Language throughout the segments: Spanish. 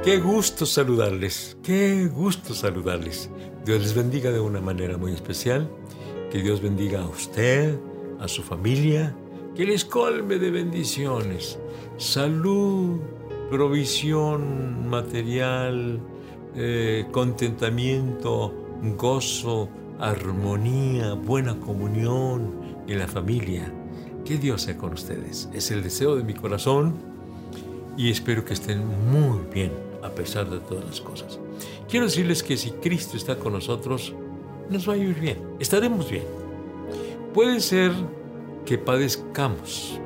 Qué gusto saludarles, qué gusto saludarles. Dios les bendiga de una manera muy especial. Que Dios bendiga a usted, a su familia, que les colme de bendiciones, salud, provisión material, contentamiento, gozo, armonía, buena comunión en la familia. Que Dios sea con ustedes. Es el deseo de mi corazón y espero que estén muy bien a pesar de todas las cosas. Quiero decirles que si Cristo está con nosotros, nos va a ir bien, estaremos bien. Puede ser que padezcamos,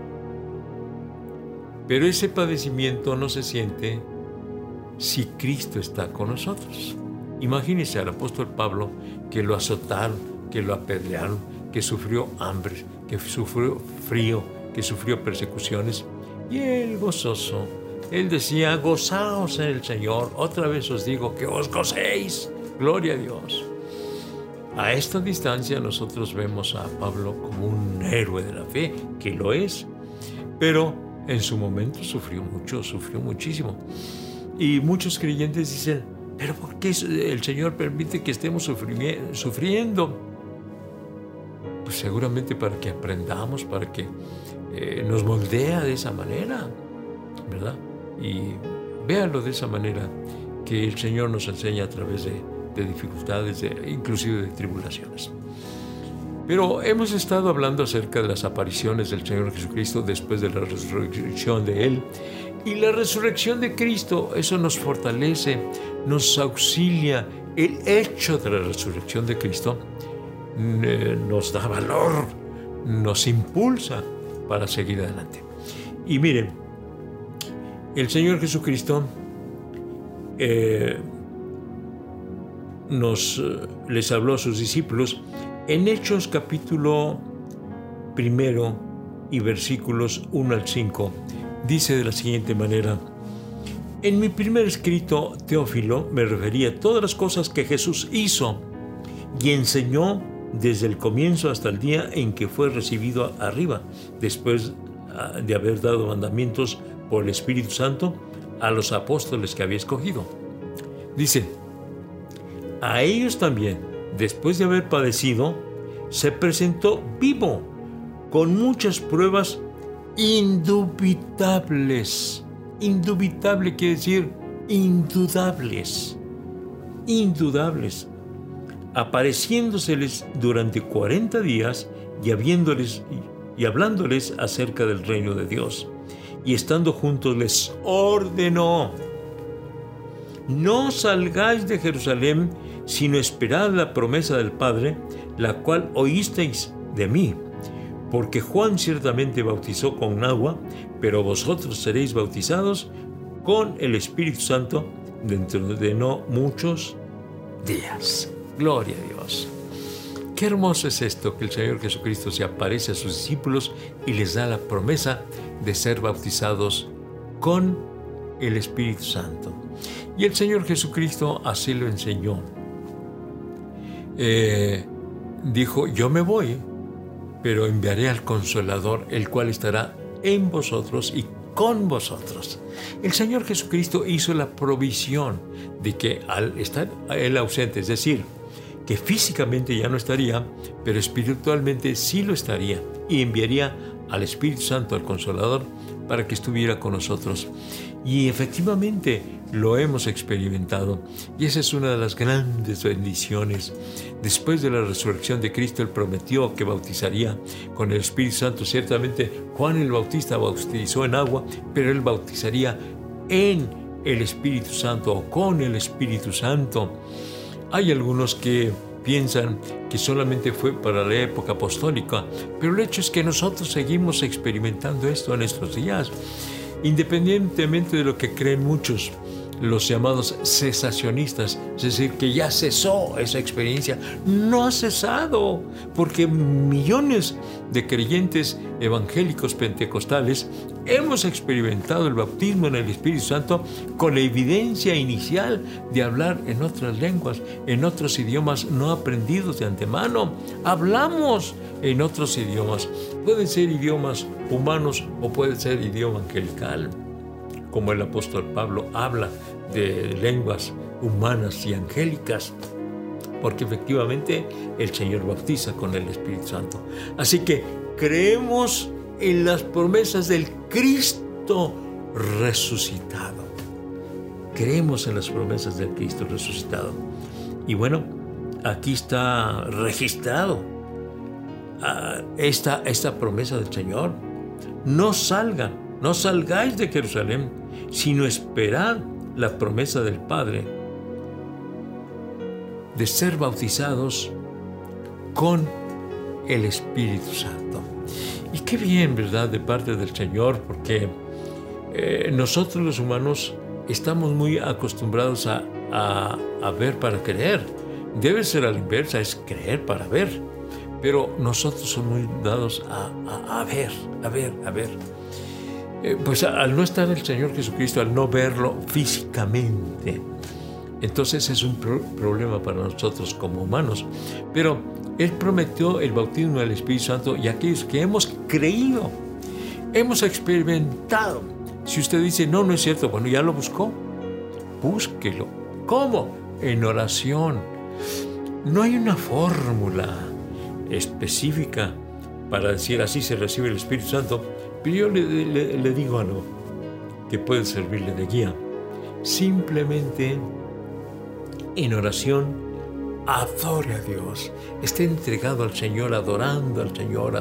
pero ese padecimiento no se siente si Cristo está con nosotros. Imagínense al apóstol Pablo, que lo azotaron, que lo apedrearon, que sufrió hambre, que sufrió frío, que sufrió persecuciones, y él gozoso. Él decía: gozaos en el Señor. Otra vez os digo que os gocéis. Gloria a Dios. A esta distancia nosotros vemos a Pablo como un héroe de la fe, que lo es, pero en su momento sufrió mucho, sufrió muchísimo. Y muchos creyentes dicen: ¿pero por qué el Señor permite que estemos sufriendo? Pues seguramente para que aprendamos, para que nos moldea de esa manera, ¿verdad? Y véanlo de esa manera, que el Señor nos enseña a través de dificultades, inclusive de tribulaciones. Pero hemos estado hablando acerca de las apariciones del Señor Jesucristo después de la resurrección de Él. Y la resurrección de Cristo, eso nos fortalece, nos auxilia. El hecho de la resurrección de Cristo nos da valor, nos impulsa para seguir adelante. Y miren, el Señor Jesucristo les habló a sus discípulos en Hechos capítulo 1 y versículos 1 al 5. Dice de la siguiente manera: en mi primer escrito, Teófilo, me refería a todas las cosas que Jesús hizo y enseñó desde el comienzo hasta el día en que fue recibido arriba, después de haber dado mandamientos por el Espíritu Santo a los apóstoles que había escogido. Dice: a ellos también, después de haber padecido, se presentó vivo, con muchas pruebas indubitables. Indubitable quiere decir indudables. Indudables. Apareciéndoseles durante 40 días y hablándoles acerca del reino de Dios. Y estando juntos les ordenó: no salgáis de Jerusalén, sino esperad la promesa del Padre, la cual oísteis de mí. Porque Juan ciertamente bautizó con agua, pero vosotros seréis bautizados con el Espíritu Santo dentro de no muchos días. Gloria a Dios. Qué hermoso es esto, que el Señor Jesucristo se aparece a sus discípulos y les da la promesa de ser bautizados con el Espíritu Santo. Y el Señor Jesucristo así lo enseñó. Dijo: yo me voy, pero enviaré al Consolador, el cual estará en vosotros y con vosotros. El Señor Jesucristo hizo la provisión de que al estar Él ausente, es decir, que físicamente ya no estaría, pero espiritualmente sí lo estaría, y enviaría al Espíritu Santo, al Consolador, para que estuviera con nosotros. Y efectivamente lo hemos experimentado, y esa es una de las grandes bendiciones. Después de la resurrección de Cristo, Él prometió que bautizaría con el Espíritu Santo. Ciertamente Juan el Bautista bautizó en agua, pero Él bautizaría en el Espíritu Santo o con el Espíritu Santo. Hay algunos que piensan que solamente fue para la época apostólica, pero el hecho es que nosotros seguimos experimentando esto en estos días, independientemente de lo que creen muchos, los llamados cesacionistas, es decir, que ya cesó esa experiencia. No ha cesado, porque millones de creyentes evangélicos pentecostales hemos experimentado el bautismo en el Espíritu Santo con la evidencia inicial de hablar en otras lenguas, en otros idiomas no aprendidos de antemano. Hablamos en otros idiomas. Pueden ser idiomas humanos o puede ser idioma angelical. como el apóstol Pablo habla de lenguas humanas y angélicas, porque efectivamente el Señor bautiza con el Espíritu Santo. Así que creemos en las promesas del Cristo resucitado. Creemos en las promesas del Cristo resucitado. Y bueno, aquí está registrado esta promesa del Señor. No salgáis de Jerusalén, sino esperad la promesa del Padre de ser bautizados con el Espíritu Santo. Y qué bien, ¿verdad?, de parte del Señor, porque nosotros los humanos estamos muy acostumbrados a ver para creer. Debe ser a la inversa, es creer para ver. Pero nosotros somos muy dados a ver. Pues al no estar el Señor Jesucristo, al no verlo físicamente, entonces es un problema para nosotros como humanos. Pero Él prometió el bautismo del Espíritu Santo, y aquellos que hemos creído, hemos experimentado. Si usted dice, no es cierto, bueno, ya lo buscó, búsquelo. ¿Cómo? En oración. No hay una fórmula específica para decir así se recibe el Espíritu Santo, pero yo le digo algo que puede servirle de guía. Simplemente en oración adore a Dios, esté entregado al Señor, adorando al Señor,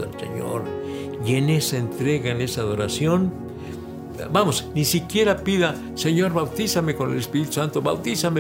y en esa entrega, en esa adoración, vamos, ni siquiera pida, Señor, bautízame con el Espíritu Santo, bautízame,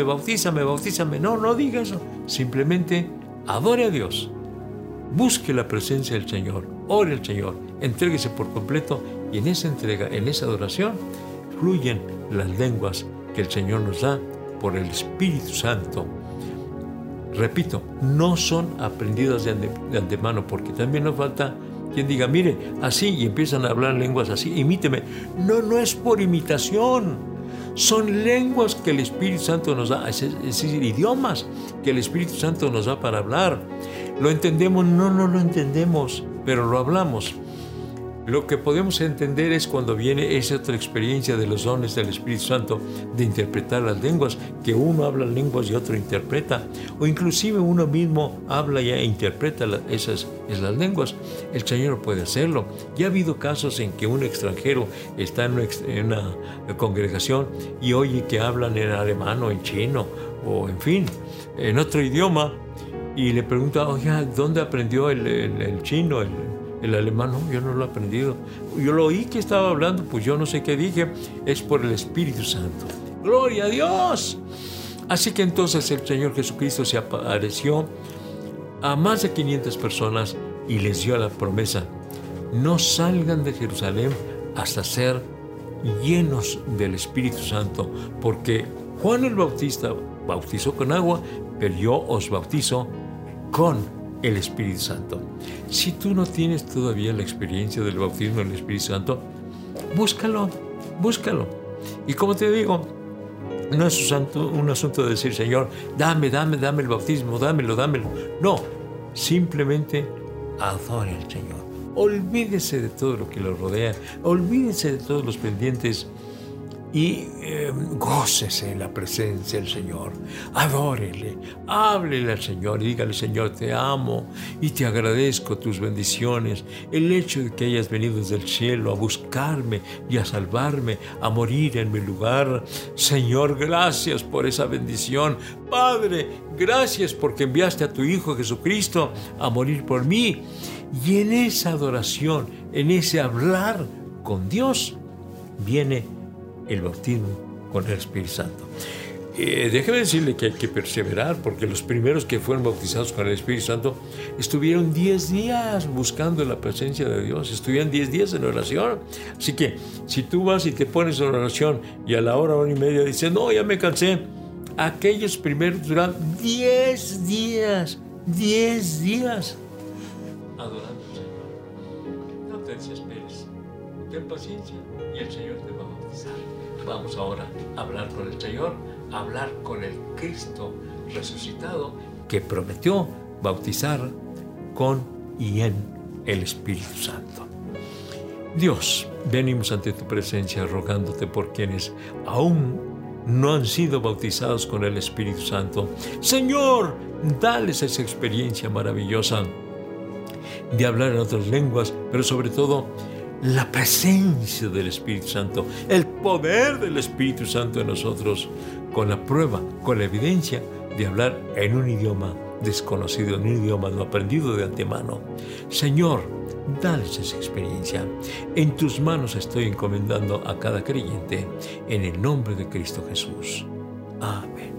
no diga eso, simplemente adore a Dios, busque la presencia del Señor, ore al Señor, entréguese por completo, y en esa entrega, en esa adoración, fluyen las lenguas que el Señor nos da por el Espíritu Santo. Repito, no son aprendidas de antemano, porque también nos falta quien diga, mire, así, y empiezan a hablar lenguas así, imíteme. No es por imitación, son lenguas que el Espíritu Santo nos da, es decir, idiomas que el Espíritu Santo nos da para hablar. ¿Lo entendemos? No lo entendemos, pero lo hablamos. Lo que podemos entender es cuando viene esa otra experiencia de los dones del Espíritu Santo, de interpretar las lenguas, que uno habla lenguas y otro interpreta, o inclusive uno mismo habla e interpreta esas lenguas. El Señor puede hacerlo. Ya ha habido casos en que un extranjero está en una congregación y oye que hablan en alemán o en chino, o en fin, en otro idioma, y le pregunta, oiga, ¿dónde aprendió el chino, el alemán? No, yo no lo he aprendido. Yo lo oí que estaba hablando, pues yo no sé qué dije. Es por el Espíritu Santo. ¡Gloria a Dios! Así que entonces el Señor Jesucristo se apareció a más de 500 personas y les dio la promesa: no salgan de Jerusalén hasta ser llenos del Espíritu Santo, porque Juan el Bautista bautizó con agua, pero yo os bautizo con el Espíritu Santo. Si tú no tienes todavía la experiencia del bautismo del Espíritu Santo, búscalo. Y como te digo, no es un asunto de decir, Señor, dame el bautismo, dámelo. No, simplemente adore al Señor. Olvídese de todo lo que lo rodea, olvídese de todos los pendientes y gócese en la presencia del Señor. Adórele, háblele al Señor y dígale: Señor, te amo y te agradezco tus bendiciones, el hecho de que hayas venido desde el cielo a buscarme y a salvarme, a morir en mi lugar. Señor, gracias por esa bendición. Padre, gracias porque enviaste a tu Hijo Jesucristo a morir por mí. Y en esa adoración, en ese hablar con Dios, viene el bautismo con el Espíritu Santo. Déjeme decirle que hay que perseverar, porque los primeros que fueron bautizados con el Espíritu Santo estuvieron 10 días buscando la presencia de Dios, estuvieron 10 días en oración. Así que si tú vas y te pones en oración y a la hora y media dices, no, ya me cansé, aquellos primeros duran 10 días adorando al Señor. No te desesperes, ten paciencia y el Señor te va a bautizar. Vamos ahora a hablar con el Señor, a hablar con el Cristo resucitado que prometió bautizar con y en el Espíritu Santo. Dios, venimos ante tu presencia rogándote por quienes aún no han sido bautizados con el Espíritu Santo. Señor, dales esa experiencia maravillosa de hablar en otras lenguas, pero sobre todo la presencia del Espíritu Santo, el poder del Espíritu Santo en nosotros, con la prueba, con la evidencia de hablar en un idioma desconocido, en un idioma no aprendido de antemano. Señor, dales esa experiencia. En tus manos estoy encomendando a cada creyente, en el nombre de Cristo Jesús. Amén.